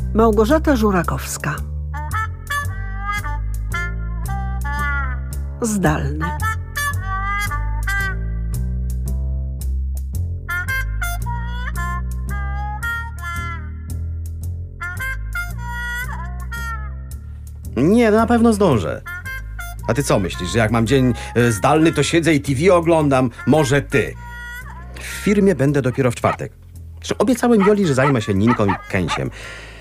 Małgorzata Żurakowska. Zdalny. Nie, na pewno zdążę. A ty co myślisz, że jak mam dzień zdalny, to siedzę i TV oglądam? Może ty? W firmie będę dopiero w czwartek. Zresztą obiecałem Joli, że zajmę się Ninką i Kęsiem.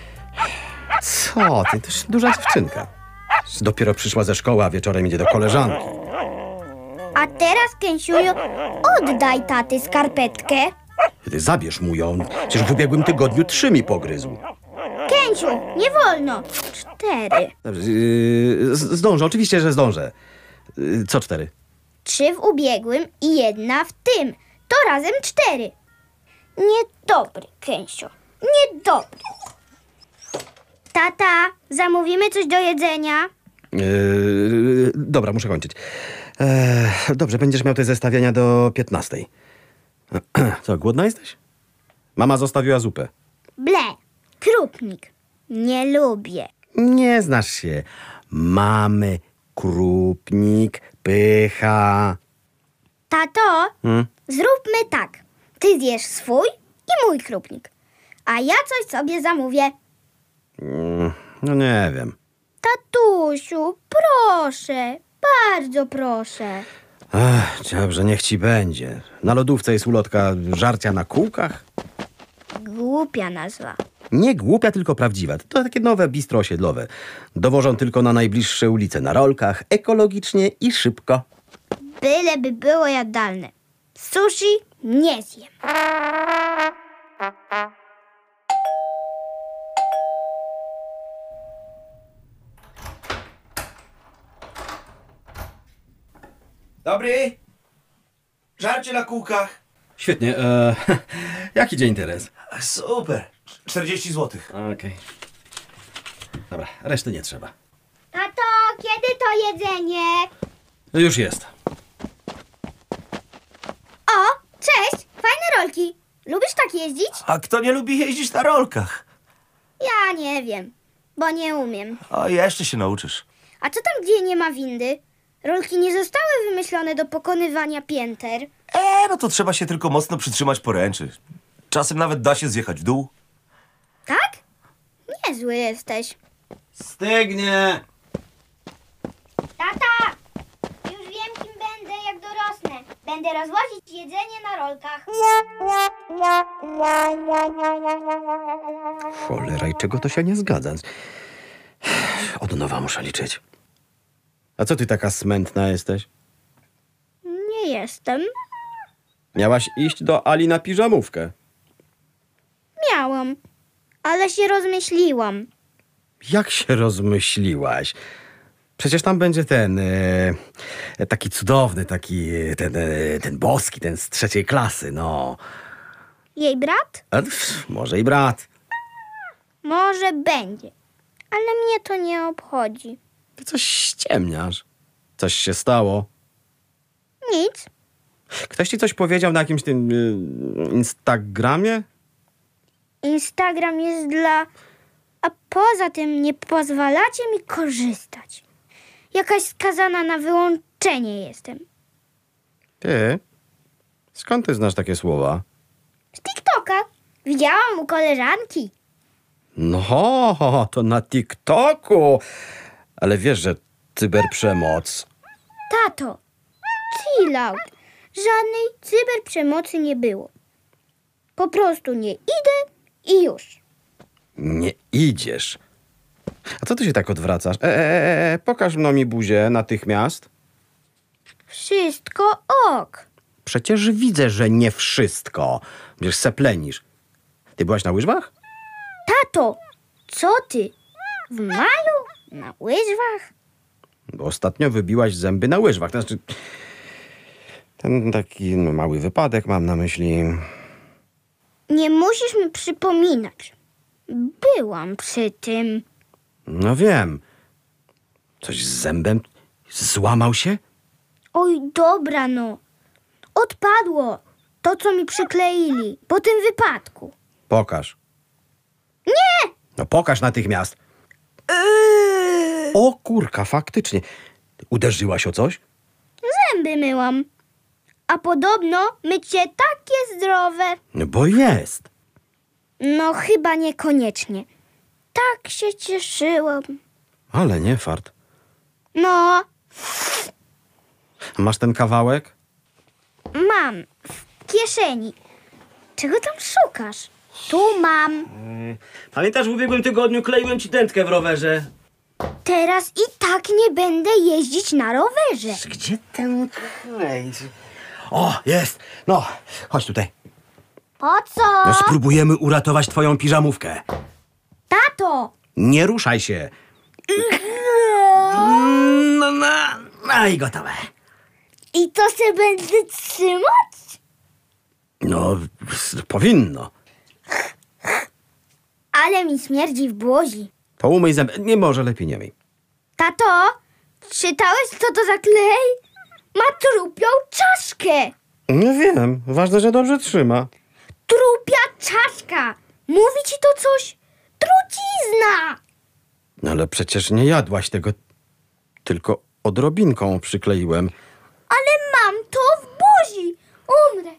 Co ty? To już duża dziewczynka. Dopiero przyszła ze szkoły, a wieczorem idzie do koleżanki. A teraz, Kęsiuju, oddaj taty skarpetkę. Ty zabierz mu ją. Przecież w ubiegłym tygodniu 3 mi pogryzł. Kęsiu, nie wolno. 4. Dobrze, zdążę, oczywiście, że zdążę. Co 4? 3 w ubiegłym i 1 w tym. To razem 4. Niedobry, Kęsiu. Niedobry. Tata, zamówimy coś do jedzenia? Dobra, muszę kończyć. Dobrze, będziesz miał te zestawienia do 15. Co, głodna jesteś? Mama zostawiła zupę. Ble, krupnik. Nie lubię. Nie znasz się. Mamy krupnik, pycha. Tato, zróbmy tak. Ty zjesz swój i mój krupnik. A ja coś sobie zamówię. No nie wiem. Tatusiu, proszę. Bardzo proszę. Dobrze, niech ci będzie. Na lodówce jest ulotka żarcia na kółkach. Głupia nazwa. Nie głupia, tylko prawdziwa. To takie nowe bistro osiedlowe. Dowożą tylko na najbliższe ulice na rolkach, ekologicznie i szybko. Byleby było jadalne. Sushi nie zjem. Dobry? Żarcie na kółkach. Świetnie. Jaki dzień interes? Super. 40 zł. Okej. Dobra, reszty nie trzeba. Tato, kiedy to jedzenie? Już jest. O, cześć, fajne rolki. Lubisz tak jeździć? A kto nie lubi jeździć na rolkach? Ja nie wiem, bo nie umiem. O, jeszcze się nauczysz. A co tam, gdzie nie ma windy? Rolki nie zostały wymyślone do pokonywania pięter. No to trzeba się tylko mocno przytrzymać poręczy. Czasem nawet da się zjechać w dół. Tak? Niezły jesteś. Stygnie! Tata, już wiem, kim będę, jak dorosnę. Będę rozwozić jedzenie na rolkach. Cholera, i czego to się nie zgadza? Od nowa muszę liczyć. A co ty taka smętna jesteś? Nie jestem. Miałaś iść do Ali na piżamówkę. Miałam, ale się rozmyśliłam. Jak się rozmyśliłaś? Przecież tam będzie ten taki cudowny, taki ten boski, ten z 3. klasy, no. Jej brat? Może i brat. Może będzie, ale mnie to nie obchodzi. Ty coś ściemniasz. Coś się stało. Nic. Ktoś ci coś powiedział na jakimś tym Instagramie? Instagram jest dla... A poza tym nie pozwalacie mi korzystać. Jakaś skazana na wyłączenie jestem. Ty? Skąd ty znasz takie słowa? Z TikToka. Widziałam u koleżanki. No, to na TikToku. Ale wiesz, że cyberprzemoc... Tato, chill out. Żadnej cyberprzemocy nie było. Po prostu nie idę i już. Nie idziesz. A co ty się tak odwracasz? Pokaż no mi buzię natychmiast. Wszystko ok. Przecież widzę, że nie wszystko. Wiesz, seplenisz. Ty byłaś na łyżwach? Tato, co ty? W maju? Na łyżwach? Bo ostatnio wybiłaś zęby na łyżwach. To znaczy, ten taki mały wypadek mam na myśli. Nie musisz mi przypominać. Byłam przy tym. No wiem. Coś z zębem? Złamał się? Oj, dobra no. Odpadło. To, co mi przykleili po tym wypadku. Pokaż. Nie! No pokaż natychmiast. O kurka, faktycznie. Uderzyłaś o coś? Zęby myłam. A podobno mycie takie zdrowe. No bo jest. No chyba niekoniecznie. Tak się cieszyłam. Ale nie fart. No, Masz ten kawałek? mam w kieszeni. Czego tam szukasz? Tu mam. Pamiętasz, w ubiegłym tygodniu kleiłem ci dętkę w rowerze? Teraz i tak nie będę jeździć na rowerze. Gdzie ten klej? O, jest. No, chodź tutaj. Po co? No, spróbujemy uratować twoją piżamówkę. Tato! Nie ruszaj się. No i gotowe. I to się będzie trzymać? No, powinno. Ale mi śmierdzi w buzi. To umyj zęby. Nie, może lepiej nie myj. Tato, czytałeś co to za klej? Ma trupią czaszkę. Nie wiem. Ważne, że dobrze trzyma. Trupia czaszka. Mówi ci to coś? Trucizna. No ale przecież nie jadłaś tego. Tylko odrobinką przykleiłem. Ale mam to w buzi. Umrę.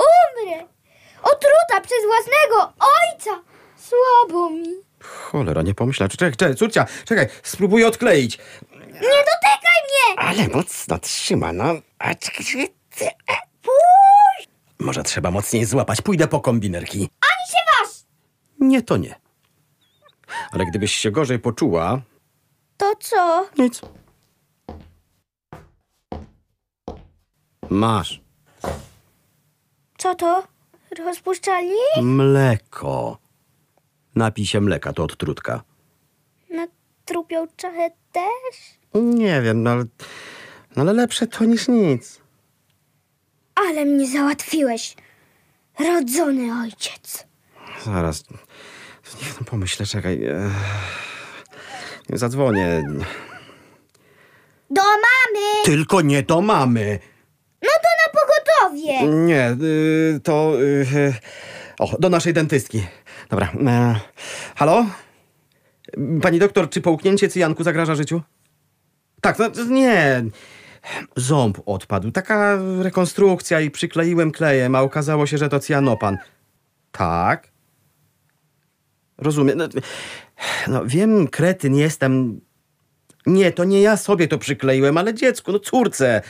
Otruta przez własnego ojca. Słabo mi. Cholera, nie pomyślałem. Czekaj, córcia, czekaj. Spróbuję odkleić. Nie dotykaj mnie. Ale mocno trzyma, no. Może trzeba mocniej złapać. Pójdę po kombinerki. Ani się waż. Nie, to nie. Ale gdybyś się gorzej poczuła... To co? Nic. Masz. Co to? Rozpuszczalnik? Mleko. Napij się mleka, to odtrutka. Na trupią czachę też? Nie wiem, no ale lepsze to niż nic. Ale mnie załatwiłeś. Rodzony ojciec. Zaraz. Niech no pomyślę, czekaj. Zadzwonię. Do mamy! Tylko nie do mamy. No to na pogotowie. Nie, do naszej dentystki. Dobra. Halo? Pani doktor, czy połknięcie cyjanku zagraża życiu? Tak, no nie. Ząb odpadł. Taka rekonstrukcja i przykleiłem klejem, a okazało się, że to cyjanopan. Tak? Rozumiem. No wiem, kretyn jestem. Nie, to nie ja sobie to przykleiłem, ale dziecku, no córce.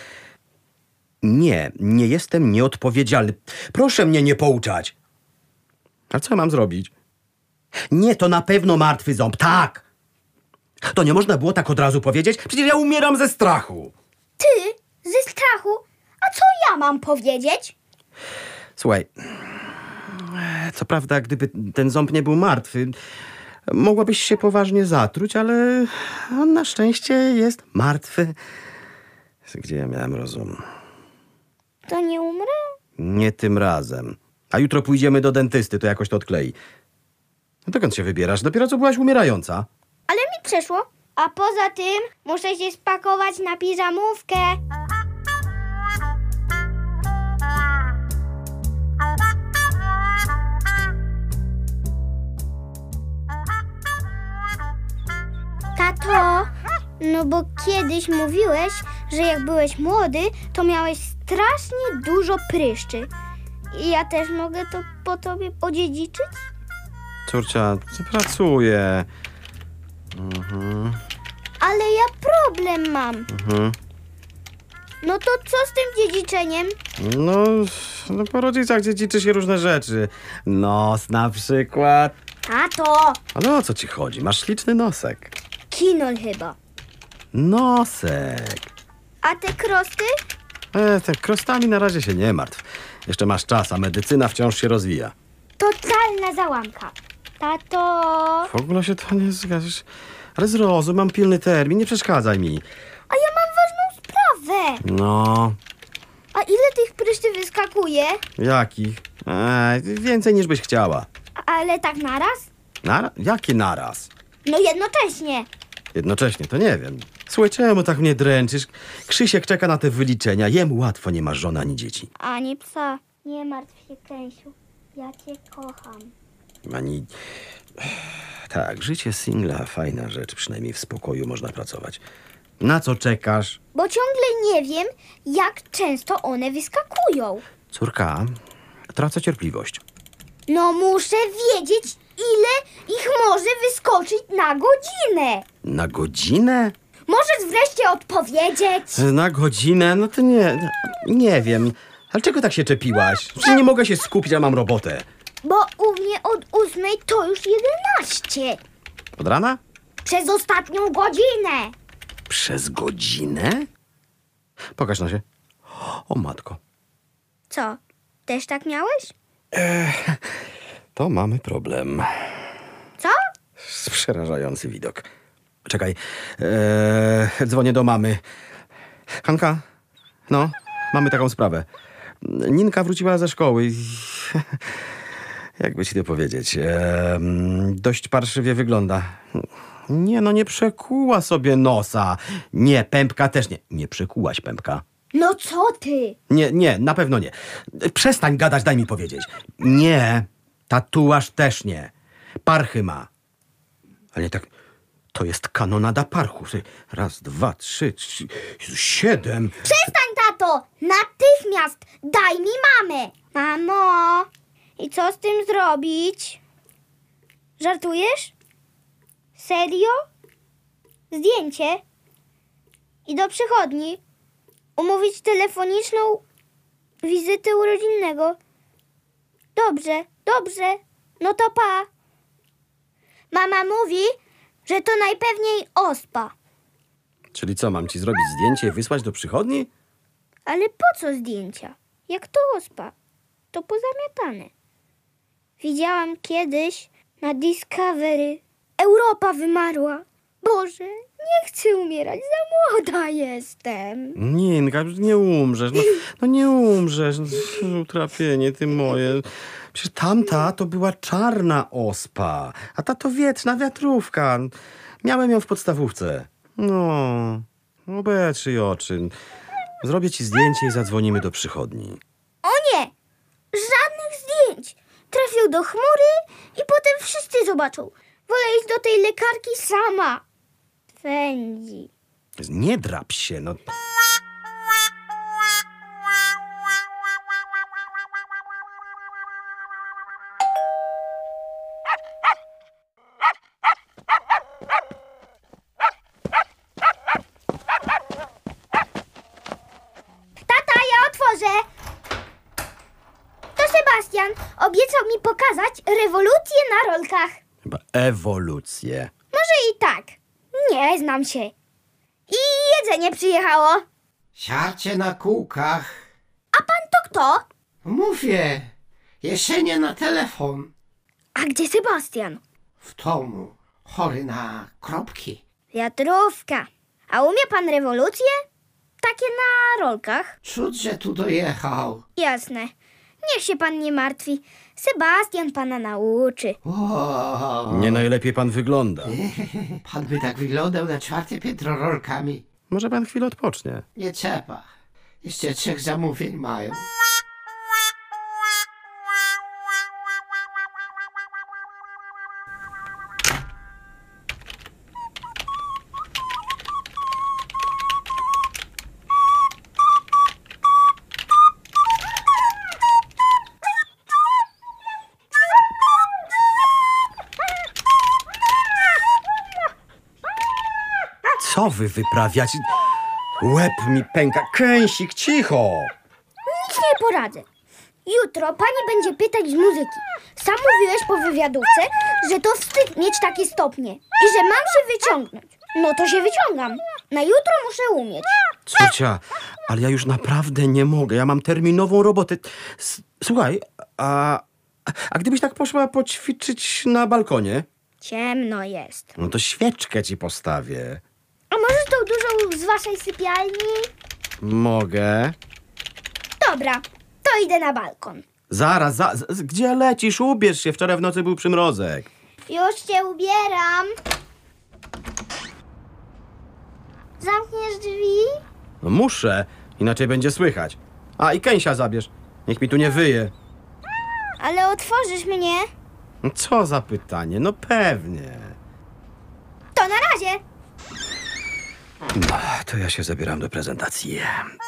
Nie jestem nieodpowiedzialny. Proszę mnie nie pouczać. A co mam zrobić? Nie, to na pewno martwy ząb. Tak! To nie można było tak od razu powiedzieć? Przecież ja umieram ze strachu. Ty? Ze strachu? A co ja mam powiedzieć? Słuchaj, co prawda, gdyby ten ząb nie był martwy, mogłabyś się poważnie zatruć, ale on na szczęście jest martwy. Gdzie ja miałem rozum? To nie umrę? Nie tym razem. A jutro pójdziemy do dentysty, to jakoś to odklei. No dokąd się wybierasz? Dopiero co byłaś umierająca. Ale mi przeszło. A poza tym muszę się spakować na piżamówkę. Tato, no bo kiedyś mówiłeś, że jak byłeś młody, to miałeś strasznie dużo pryszczy. I ja też mogę to po tobie odziedziczyć? Córcia, pracuję. Ale ja problem mam. No to co z tym dziedziczeniem? No po rodzicach dziedziczy się różne rzeczy. Nos na przykład. Tato, Ale o co ci chodzi? Masz śliczny nosek. kinol chyba. Nosek. A te krosty? Te krostami na razie się nie martw. Jeszcze masz czas, a medycyna wciąż się rozwija. Totalna załamka. Tato, W ogóle się to nie zgadzasz. Ale zrozum, mam pilny termin, nie przeszkadzaj mi. a ja mam ważną sprawę. No, A ile tych pryszczy wyskakuje? jakich? Więcej niż byś chciała. Ale tak naraz? Jakie naraz? No jednocześnie. Jednocześnie, to nie wiem. Słuchaj, czemu tak mnie dręczysz? Krzysiek czeka na te wyliczenia. Jemu łatwo, nie masz żony ani dzieci. Ani psa. Nie martw się, Kęsiu. Ja cię kocham. Ani... Tak, życie singla, fajna rzecz. Przynajmniej w spokoju można pracować. Na co czekasz? Bo ciągle nie wiem, jak często one wyskakują. Córka, tracę cierpliwość. No muszę wiedzieć, ile ich może wyskoczyć na godzinę. Na godzinę? Możesz wreszcie odpowiedzieć? Na godzinę? No to nie wiem. Ale czego tak się czepiłaś? Czy nie mogę się skupić, a mam robotę? Bo u mnie od 8 to już 11. Od rana? Przez ostatnią godzinę. Przez godzinę? Pokaż nosie. O matko. Co? Też tak miałeś? To mamy problem. Co? Przerażający widok. Czekaj. Dzwonię do mamy. Hanka, no, mamy taką sprawę. Ninka wróciła ze szkoły i... Jakby ci to powiedzieć? Dość parszywie wygląda. Nie, no nie przekuła sobie nosa. Nie, pępka też nie. Nie przekułaś pępka. No co ty? Nie, na pewno nie. Przestań gadać, daj mi powiedzieć. Nie, tatuaż też nie. Parchy ma. Ale nie tak... To jest kanonada parchów. Raz, dwa, trzy, 7. Przestań, tato! Natychmiast! Daj mi mamę! Mamo! I co z tym zrobić? Żartujesz? Serio? Zdjęcie? I do przychodni? Umówić telefoniczną wizytę urodzinnego? Dobrze. No to pa. Mama mówi, że to najpewniej ospa. Czyli co, mam ci zrobić zdjęcie i wysłać do przychodni? Ale po co zdjęcia? Jak to ospa? To pozamiatane. Widziałam kiedyś na Discovery. Europa wymarła. Boże, nie chcę umierać, za młoda jestem. Ninka, nie umrzesz. No nie umrzesz. Utrapienie ty moje. Przecież tamta to była czarna ospa, a ta to wieczna wiatrówka. Miałem ją w podstawówce. No, obetrzyj oczy. Zrobię ci zdjęcie i zadzwonimy do przychodni. O nie, żadnych zdjęć. Trafił do chmury i potem wszyscy zobaczą. Wolę iść do tej lekarki sama. Pędzi. Nie drap się, no. Tata, ja otworzę. To Sebastian obiecał mi pokazać rewolucję na rolkach. Chyba ewolucję. Może i tak. Nie znam się. I jedzenie przyjechało. Siarcie na kółkach. A pan to kto? Mówię, jeszcze nie na telefon. A gdzie Sebastian? W domu, chory na kropki. Wiatrówka. A umie pan rewolucję? Takie na rolkach. Cud, że tu dojechał. Jasne. Niech się pan nie martwi. Sebastian pana nauczy. O, Nie najlepiej pan wygląda. pan by tak wyglądał na 4. piętro rolkami. Może pan chwilę odpocznie. Nie trzeba. Jeszcze 3 zamówień mają. Co wy wyprawiacie? Łeb mi pęka. Kęsik, cicho! Nic nie poradzę. Jutro pani będzie pytać z muzyki. Sam mówiłeś po wywiadówce, że to wstyd mieć takie stopnie i że mam się wyciągnąć. No to się wyciągam. Na jutro muszę umieć. Córcia, ale ja już naprawdę nie mogę. Ja mam terminową robotę. Słuchaj, a gdybyś tak poszła poćwiczyć na balkonie? Ciemno jest. No to świeczkę ci postawię. A możesz tą dużą z waszej sypialni? Mogę. Dobra, to idę na balkon. Zaraz, gdzie lecisz? Ubierz się, wczoraj w nocy był przymrozek. Już się ubieram. Zamkniesz drzwi? No muszę, inaczej będzie słychać. A i Kęsia zabierz, niech mi tu nie wyje. Ale otworzysz mnie? Co za pytanie? No pewnie. To na razie. No, to ja się zabieram do prezentacji.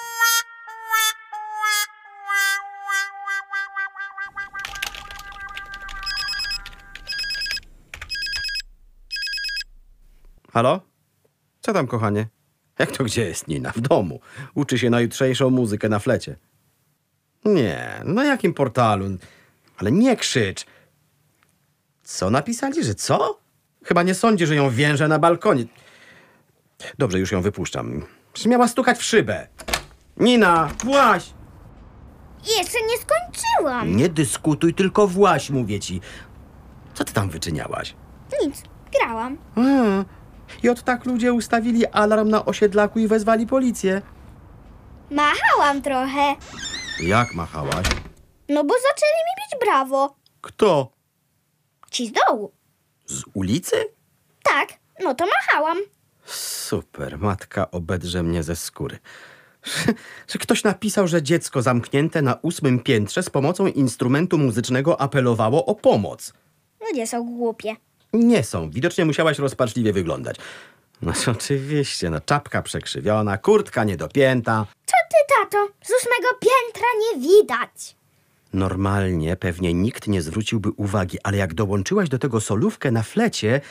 Halo? Co tam, kochanie? Jak to gdzie jest Nina? W domu. Uczy się na jutrzejszą muzykę na flecie. Nie, na jakim portalu? Ale nie krzycz. Co napisali, że co? Chyba nie sądzi, że ją więżę na balkonie. Dobrze, już ją wypuszczam. Przecież miała stukać w szybę. Nina, właź! Jeszcze nie skończyłam. Nie dyskutuj, tylko właź, mówię ci. Co ty tam wyczyniałaś? Nic, grałam. I od tak ludzie ustawili alarm na osiedlaku i wezwali policję. Machałam trochę. Jak machałaś? No bo zaczęli mi bić brawo. Kto? Ci z dołu. Z ulicy? Tak, no to machałam. Super, matka obedrze mnie ze skóry. Że ktoś napisał, że dziecko zamknięte na 8. piętrze z pomocą instrumentu muzycznego apelowało o pomoc. Ludzie są głupie. Nie są. Widocznie musiałaś rozpaczliwie wyglądać. No oczywiście, no czapka przekrzywiona, kurtka niedopięta. Co ty, tato? Z 8. piętra nie widać. Normalnie pewnie nikt nie zwróciłby uwagi, ale jak dołączyłaś do tego solówkę na flecie...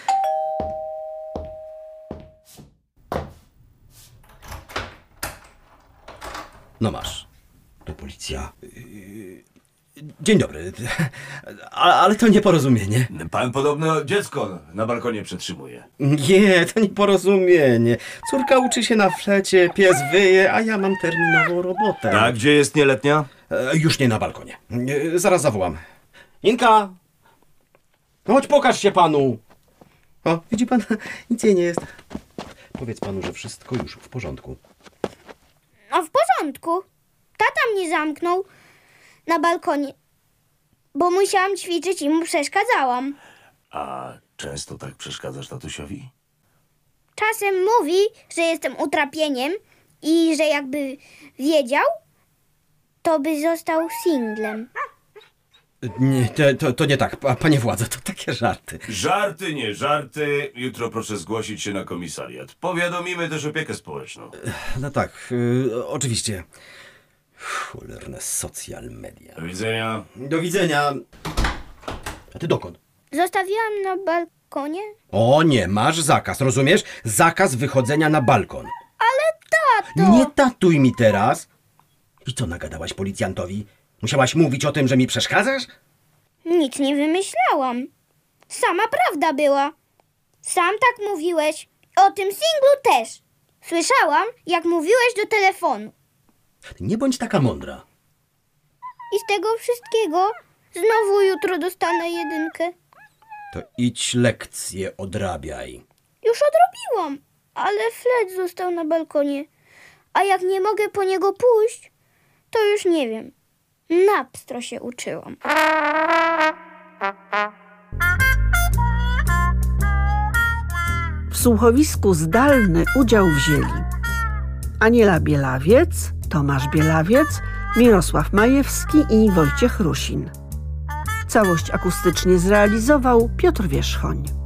No masz. To policja. Dzień dobry. Ale to nieporozumienie. Pan podobno dziecko na balkonie przetrzymuje. Nie, to nieporozumienie. Córka uczy się na flecie, pies wyje, a ja mam terminową robotę. A gdzie jest nieletnia? Już nie na balkonie. Zaraz zawołam. Inka! No chodź, pokaż się panu. O, widzi pan, nic jej nie jest. Powiedz panu, że wszystko już w porządku. No w porządku. Tata mnie zamknął na balkonie, bo musiałam ćwiczyć i mu przeszkadzałam. A często tak przeszkadzasz tatusiowi? Czasem mówi, że jestem utrapieniem i że jakby wiedział, to by został singlem. Nie, to nie tak, panie władze, to takie żarty. Żarty, nie żarty. Jutro proszę zgłosić się na komisariat. Powiadomimy też opiekę społeczną. No tak, oczywiście. Cholerne social media. Do widzenia. Do widzenia. A ty dokąd? Zostawiłam na balkonie? O nie, masz zakaz, rozumiesz? Zakaz wychodzenia na balkon. Ale tato! Nie tatuj mi teraz. I co nagadałaś policjantowi? Musiałaś mówić o tym, że mi przeszkadzasz? Nic nie wymyślałam. Sama prawda była. Sam tak mówiłeś. O tym singlu też. Słyszałam, jak mówiłeś do telefonu. Nie bądź taka mądra. I z tego wszystkiego znowu jutro dostanę 1. To idź lekcje odrabiaj. Już odrobiłam, ale Fred został na balkonie. A jak nie mogę po niego pójść, to już nie wiem. Na pstro się uczyłam. W słuchowisku zdalny udział wzięli Aniela Bielawiec, Tomasz Bielawiec, Mirosław Majewski i Wojciech Rusin. Całość akustycznie zrealizował Piotr Wierzchoń.